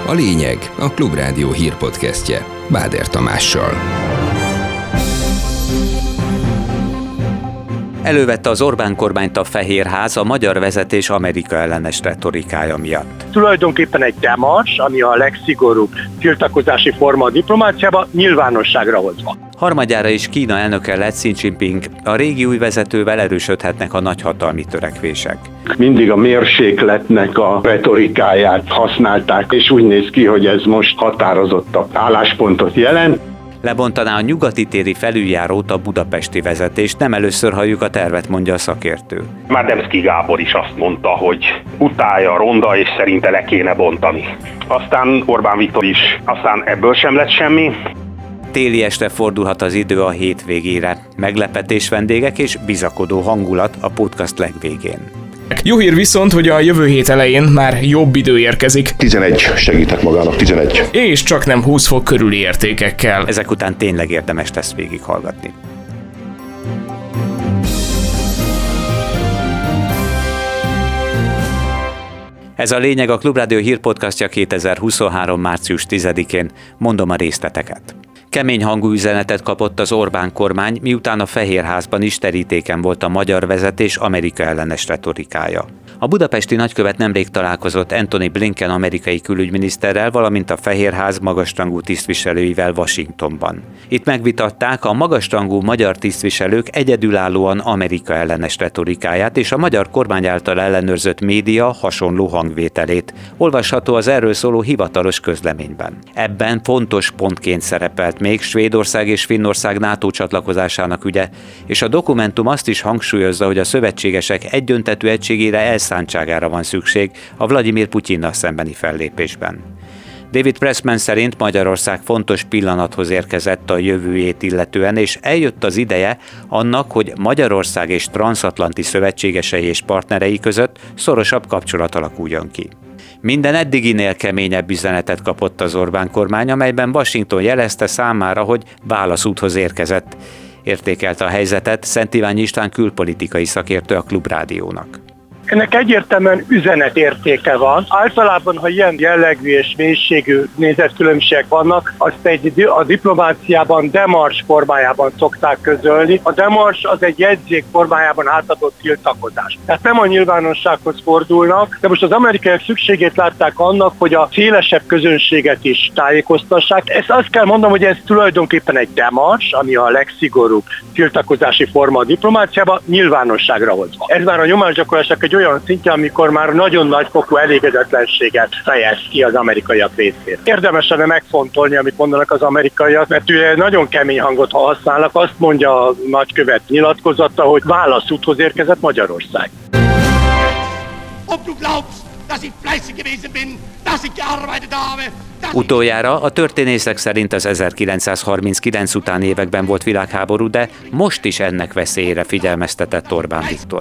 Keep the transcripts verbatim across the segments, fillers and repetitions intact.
A lényeg a Klubrádió hírpodcastje Báder Tamással. Elővette az Orbán kormányt a Fehérház a magyar vezetés Amerika ellenes retorikája miatt. Tulajdonképpen egy demars, ami a legszigorúbb tiltakozási forma a diplomáciában, nyilvánosságra hozva. Harmadjára is Kína elnöke lett Xi Jinping, a régi új vezetővel erősödhetnek a nagyhatalmi törekvések. Mindig a mérsékletnek a retorikáját használták, és úgy néz ki, hogy ez most határozottabb álláspontot jelent. Lebontaná a nyugati téri felüljárót a budapesti vezetés, nem először halljuk a tervet, mondja a szakértő. Már Demszky Gábor is azt mondta, hogy utálja, ronda, és szerinte le kéne bontani. Aztán Orbán Viktor is, aztán ebből sem lett semmi. Téli este fordulhat az idő a hétvégére. Meglepetés vendégek és bizakodó hangulat a podcast legvégén. Jó hír viszont, hogy a jövő hét elején már jobb idő érkezik. tizenegy segítek magának, tizenegy. És csak nem húsz fok körüli értékekkel. Ezek után tényleg érdemes lesz végighallgatni. Ez a lényeg, a Klubrádió hírpodcastja kétezer-huszonhárom. március tizedikén. Mondom a részleteket. Kemény hangú üzenetet kapott az Orbán kormány, miután a Fehérházban is terítéken volt a magyar vezetés Amerika ellenes retorikája. A budapesti nagykövet nemrég találkozott Antony Blinken amerikai külügyminiszterrel, valamint a Fehérház magasrangú tisztviselőivel Washingtonban. Itt megvitatták a magasrangú magyar tisztviselők egyedülállóan Amerika ellenes retorikáját és a magyar kormány által ellenőrzött média hasonló hangvételét. Olvasható az erről szóló hivatalos közleményben. Ebben fontos pontként szerepelt még Svédország és Finnország NATO csatlakozásának ügye, és a dokumentum azt is hangsúlyozza, hogy a szövetségesek egyöntetű egységére, elszántságára van szükség a Vladimir Putyinnal szembeni fellépésben. David Pressman szerint Magyarország fontos pillanathoz érkezett a jövőjét illetően, és eljött az ideje annak, hogy Magyarország és transzatlanti szövetségesei és partnerei között szorosabb kapcsolat alakuljon ki. Minden eddiginél keményebb üzenetet kapott az Orbán kormány, amelyben Washington jelezte számára, hogy válaszúthoz érkezett. Értékelte a helyzetet Szent Iványi István külpolitikai szakértő a Klubrádiónak. Ennek egyértelműen üzenetértéke van. Általában, ha ilyen jellegű és mélységű nézetkülönbségek vannak, azt egy, a diplomáciában demars formájában szokták közölni. A demars az egy jegyzék formájában átadott tiltakozás. Tehát nem a nyilvánossághoz fordulnak, de most az amerikaiak szükségét látták annak, hogy a szélesebb közönséget is tájékoztassák. Ezt azt kell mondanom, hogy ez tulajdonképpen egy demars, ami a legszigorúbb tiltakozási forma a diplomáciában, nyilvánosságra hozva. Ez már a nyomásgyakorlásnak egy olyan szintje, amikor már nagyon nagyfokú elégedetlenséget fejez ki az amerikaiak részéről. Érdemes lenne megfontolni, amit mondanak az amerikaiak, mert ugye nagyon kemény hangot használnak, azt mondja a nagykövet nyilatkozata, hogy válaszúthoz érkezett Magyarország. Utoljára a történészek szerint az ezerkilencszázharminckilenc utáni években volt világháború, de most is ennek veszélyére figyelmeztetett Orbán Viktor.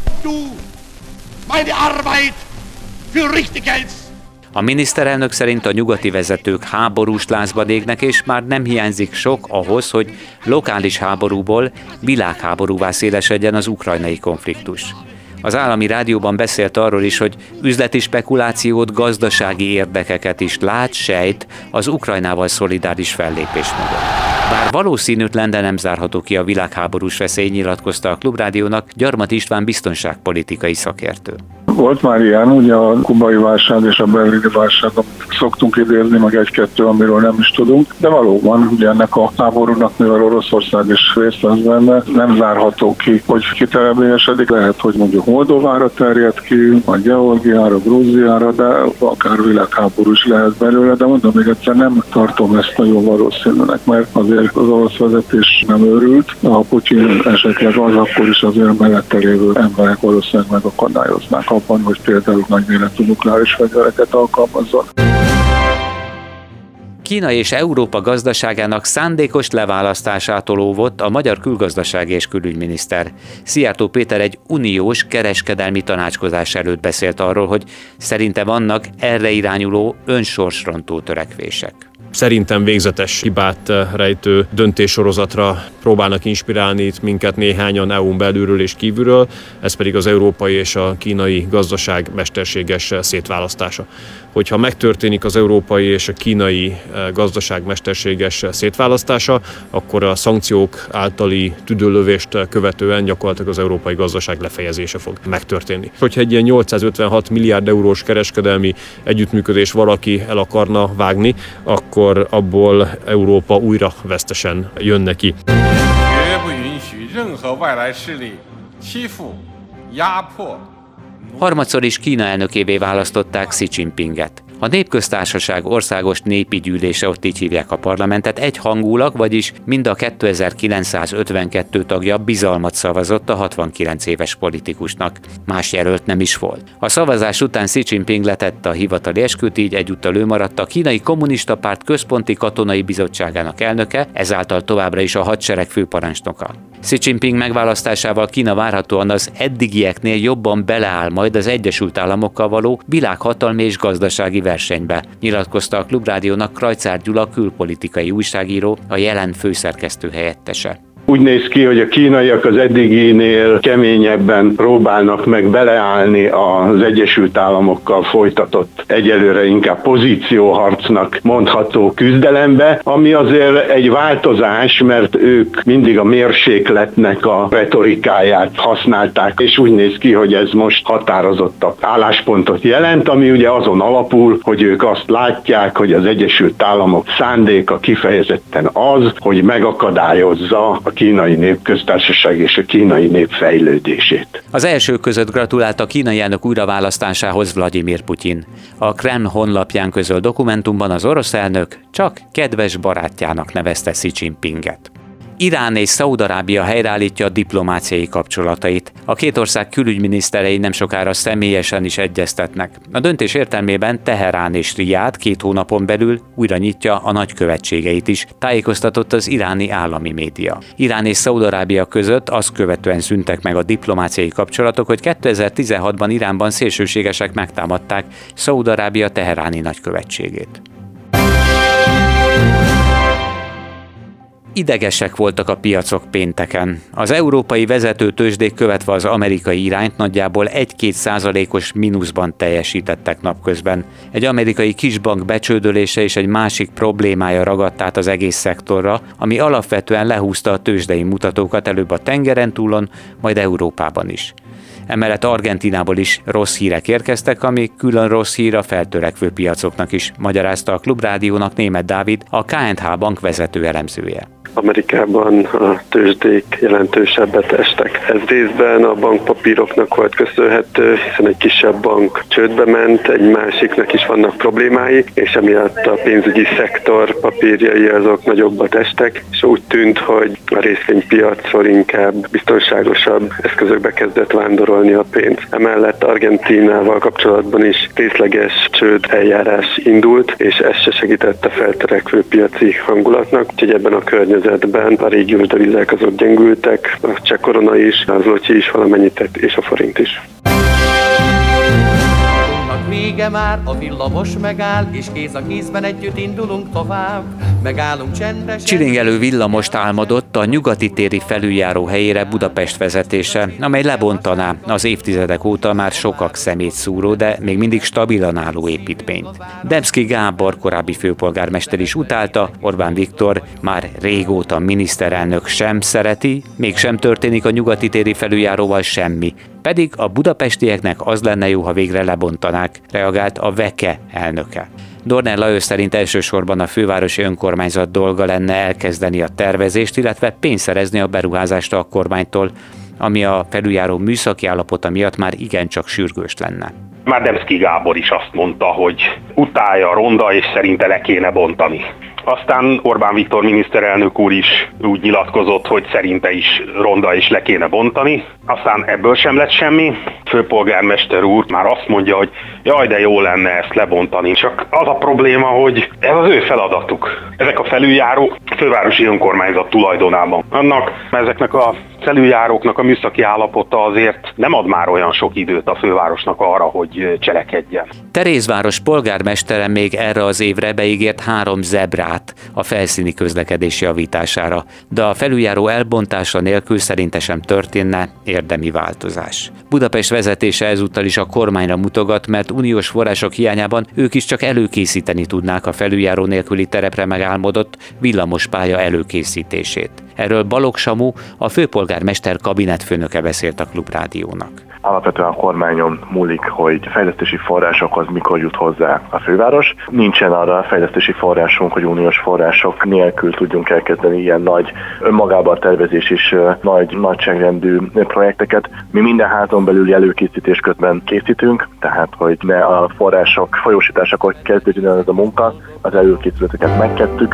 A miniszterelnök szerint a nyugati vezetők háborús lázba égnek, és már nem hiányzik sok ahhoz, hogy lokális háborúból világháborúvá szélesedjen az ukrajnai konfliktus. Az állami rádióban beszélt arról is, hogy üzleti spekulációt, gazdasági érdekeket is lát, sejt az Ukrajnával szolidáris fellépés mögött. Bár valószínűtlen, de nem zárható ki a világháborús veszély, nyilatkozta a Klubrádiónak Gyarmat István biztonságpolitikai szakértő. Volt már ilyen, ugye a kubai válság és a berlini válság, amit szoktunk idézni, meg egy-kettő, amiről nem is tudunk, de valóban ugye ennek a háborúnak, mivel Oroszország is részt vesz benne, nem zárható ki, hogy kiterebélyesedik. Lehet, hogy mondjuk Moldovára terjed ki, vagy Georgiára, Grúziára, de akár világháború is lehet belőle, de mondom még egyszer, nem tartom ezt nagyon valószínűnek, mert azért az orosz vezetés nem őrült, a Putyin esetleg az akkor is azért mellette lévő emberek valószínűleg megakadályoznák abban, hogy például nagyméretű nukleáris fegyvereket alkalmazzon. Kína és Európa gazdaságának szándékos leválasztásától óvott a magyar külgazdasági és külügyminiszter. Szijjártó Péter egy uniós kereskedelmi tanácskozás előtt beszélt arról, hogy szerinte vannak erre irányuló önsorsrontó törekvések. szerintem végzetes hibát rejtő döntéssorozatra próbálnak inspirálni itt minket néhányan é u-n belülről és kívülről, ez pedig az európai és a kínai gazdaság mesterséges szétválasztása. Hogyha megtörténik az európai és a kínai gazdaság mesterséges szétválasztása, akkor a szankciók általi tüdőlövést követően gyakorlatilag az európai gazdaság lefejezése fog megtörténni. Hogyha egy ilyen nyolcszázötvenhat milliárd eurós kereskedelmi együttműködés valaki el akarna vágni, akkor abból Európa újra vesztesen jön neki. Harmadszor is Kína elnökévé választották Xi Jinpinget. A Népköztársaság Országos Népi Gyűlése, ott így hívják a parlamentet, egyhangulag, vagyis mind a kétezer-kilencszázötvenkettő tagja bizalmat szavazott a hatvankilenc éves politikusnak. Más jelölt nem is volt. A szavazás után Xi Jinping letette a hivatali esküt, így egyúttal ő maradt a Kínai Kommunista Párt Központi Katonai Bizottságának elnöke, ezáltal továbbra is a hadsereg főparancsnoka. Xi Jinping megválasztásával Kína várhatóan az eddigieknél jobban beleáll majd az Egyesült Államokkal való világhatalmi és gazdasági versenybe, nyilatkozta a Klubrádiónak Krajcár Gyula külpolitikai újságíró, a Jelen főszerkesztő helyettese. Úgy néz ki, hogy a kínaiak az eddiginél keményebben próbálnak meg beleállni az Egyesült Államokkal folytatott, egyelőre inkább pozícióharcnak mondható küzdelembe, ami azért egy változás, mert ők mindig a mérsékletnek a retorikáját használták, és úgy néz ki, hogy ez most határozottabb álláspontot jelent, ami ugye azon alapul, hogy ők azt látják, hogy az Egyesült Államok szándéka kifejezetten az, hogy megakadályozza a Kínai Népköztársaság és a kínai nép fejlődését. Az első között gratulált a kínai elnök újraválasztásához Vladimir Putyin. A Kreml honlapján közölt dokumentumban az orosz elnök csak kedves barátjának nevezte Xi Jinpinget. Irán és Szaúd-Arábia helyreállítja a diplomáciai kapcsolatait. A két ország külügyminiszterei nem sokára személyesen is egyeztetnek. A döntés értelmében Teherán és Rijád két hónapon belül újra nyitja a nagykövetségeit is, tájékoztatott az iráni állami média. Irán és Szaúd-Arábia között azt követően szűntek meg a diplomáciai kapcsolatok, hogy kétezer-tizenhatban Iránban szélsőségesek megtámadták Szaúd-Arábia teheráni nagykövetségét. Idegesek voltak a piacok pénteken. Az európai vezető tőzsdék követve az amerikai irányt nagyjából egy-két százalékos mínuszban teljesítettek napközben. Egy amerikai kisbank becsődölése és egy másik problémája ragadt át az egész szektorra, ami alapvetően lehúzta a tőzsdei mutatókat előbb a tengeren túlon, majd Európában is. Emellett Argentínából is rossz hírek érkeztek, ami külön rossz hír a feltörekvő piacoknak is, magyarázta a Klubrádiónak Németh Dávid, a ká end há bank vezető elemzője. Amerikában a tőzsdék jelentősebbet estek. Ez részben a bankpapíroknak volt köszönhető, hiszen egy kisebb bank csődbe ment, egy másiknak is vannak problémái, és emiatt a pénzügyi szektor papírjai azok nagyobbat estek, és úgy tűnt, hogy a részvénypiacról inkább biztonságosabb eszközökbe kezdett vándorolni a pénz. Emellett Argentínával kapcsolatban is részleges csőd eljárás indult, és ez se segített a feltörekvő piaci hangulatnak, úgyhogy ebben a környezetben a régiós devizák azok gyengültek, a cseh korona is, az zloty is valamennyit tett, és a forint is. Vége már, a villamos megáll, és kéz a kézben együtt indulunk tovább. Megállunk csendesen. Csilingelő villamost álmodott a nyugati téri felüljáró helyére Budapest vezetése, amely lebontaná az évtizedek óta már sokak szemét szúró, de még mindig stabilan álló építményt. Dembszky Gábor korábbi főpolgármester is utálta, Orbán Viktor már régóta miniszterelnök sem szereti, mégsem történik a nyugati téri felüljáróval semmi. Pedig a budapestieknek az lenne jó, ha végre lebontanák, reagált a Veke elnöke. Dorner Lajos szerint elsősorban a fővárosi önkormányzat dolga lenne elkezdeni a tervezést, illetve pénzt szerezni a beruházásra a kormánytól, ami a felüljáró műszaki állapota miatt már igencsak sürgős lenne. Már Dembszky Gábor is azt mondta, hogy utálja, ronda, és szerinte le kéne bontani. Aztán Orbán Viktor miniszterelnök úr is úgy nyilatkozott, hogy szerinte is ronda és le kéne bontani. Aztán ebből sem lett semmi. Főpolgármester úr már azt mondja, hogy jaj, de jó lenne ezt lebontani. Csak az a probléma, hogy ez az ő feladatuk. Ezek a felüljárók fővárosi önkormányzat tulajdonában. Annak, ezeknek a felüljáróknak a műszaki állapota azért nem ad már olyan sok időt a fővárosnak arra, hogy hogy cselekedjen. Terézváros polgármestere még erre az évre beígért három zebrát a felszíni közlekedés javítására, de a felüljáró elbontása nélkül szerinte sem történne érdemi változás. Budapest vezetése ezúttal is a kormányra mutogat, mert uniós források hiányában ők is csak előkészíteni tudnák a felüljáró nélküli terepre megálmodott villamospálya előkészítését. Erről Balogh Samu, a főpolgármester kabinetfőnöke beszélt a Klubrádiónak. Alapvetően a kormányon múlik, hogy fejlesztési forrásokhoz mikor jut hozzá a főváros. Nincsen arra fejlesztési forrásunk, hogy uniós források nélkül tudjunk elkezdeni ilyen nagy, önmagában a tervezés is nagy nagyságrendű projekteket. Mi minden házon belüli előkészítés közben készítünk, tehát hogy ne a források folyósításakor kezdődjön ez a munka, az előkészületeket megkezdtük.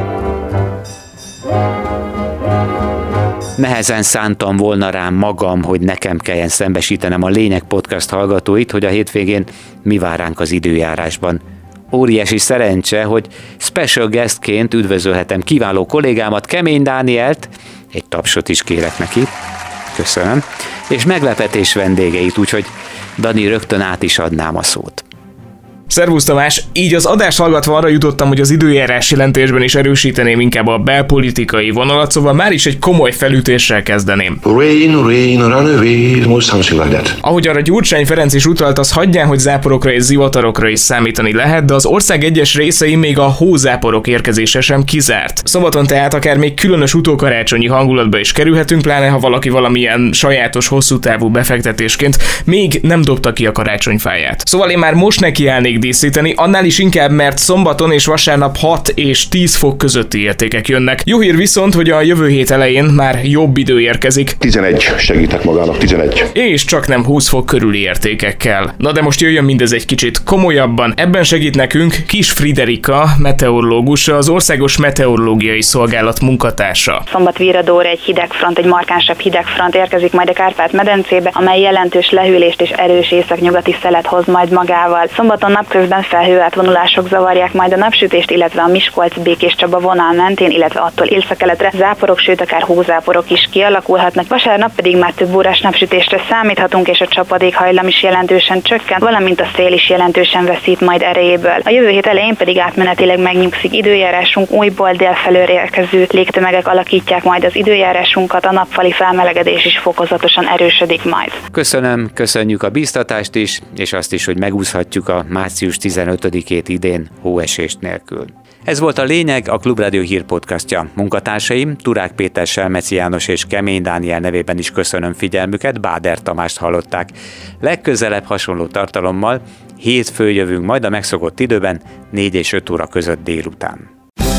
Nehezen szántam volna rám magam, hogy nekem kelljen szembesítenem a Lényeg Podcast hallgatóit, hogy a hétvégén mi vár ránk az időjárásban. Óriási szerencse, hogy special guestként üdvözölhetem kiváló kollégámat, Kemény Dánielt, egy tapsot is kérek neki, köszönöm, és meglepetés vendégeit, úgyhogy Dani, rögtön át is adnám a szót. Szervusz Tamás, így az adást hallgatva arra jutottam, hogy az időjárás jelentésben is erősíteném inkább a belpolitikai vonalat, szóval már is egy komoly felütéssel kezdeném. Rain, rain, run away, most something like that. Ahogy arra Gyurcsány Ferenc is utalt, az hagyján, hogy záporokra és zivatarokra is számítani lehet, de az ország egyes részei még a hózáporok érkezése sem kizárt. Szombaton tehát akár még különös utókarácsonyi hangulatba is kerülhetünk, pláne ha valaki valamilyen sajátos hosszú távú befektetésként még nem dobta ki a karácsonyfáját. Szóval én már most nekiállnék díszíteni, annál is inkább, mert szombaton és vasárnap hat és tíz fok közötti értékek jönnek. Jó hír viszont, hogy a jövő hét elején már jobb idő érkezik. tizenegy segítek magának, tizenegy. És csak nem húsz fok körüli értékekkel. Na de most jöjjön mindez egy kicsit komolyabban. Ebben segít nekünk Kis Friderika, meteorológus, az Országos Meteorológiai Szolgálat munkatársa. Szombat virradóra egy hidegfront, egy markánsabb hidegfront érkezik majd a Kárpát-medencébe, amely jelentős lehűlést és erős északnyugati szelet hoz majd magával. Szombaton napközben felhőátvonulások zavarják majd a napsütést, illetve a Miskolc-Békéscsaba vonal mentén, illetve attól élszakeletre záporok, sőt akár hózáporok is kialakulhatnak. Vasárnap pedig már több órás napsütésre számíthatunk, és a csapadékhajlam is jelentősen csökken, valamint a szél is jelentősen veszít majd erejéből. A jövő hét elején pedig átmenetileg megnyugszik időjárásunk, újból délfelől érkező légtömegek alakítják majd az időjárásunkat, a nappali felmelegedés is fokozatosan erősödik majd. Köszönöm, köszönjük a bíztatást is, és azt is, hogy megúszhatjuk a március tizenötödikét idén hóesést nélkül. Ez volt a Lényeg, a Klubrádió hírpodcastja. Munkatársaim, Turák Péter, Selmeci János és Kemény Dániel nevében is köszönöm figyelmüket, Báder Tamást hallották. Legközelebb hasonló tartalommal hétfőn jövünk majd a megszokott időben, négy és öt óra között délután.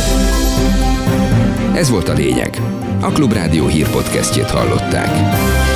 Ez volt a Lényeg. A Klubrádió hírpodcastjét hallották.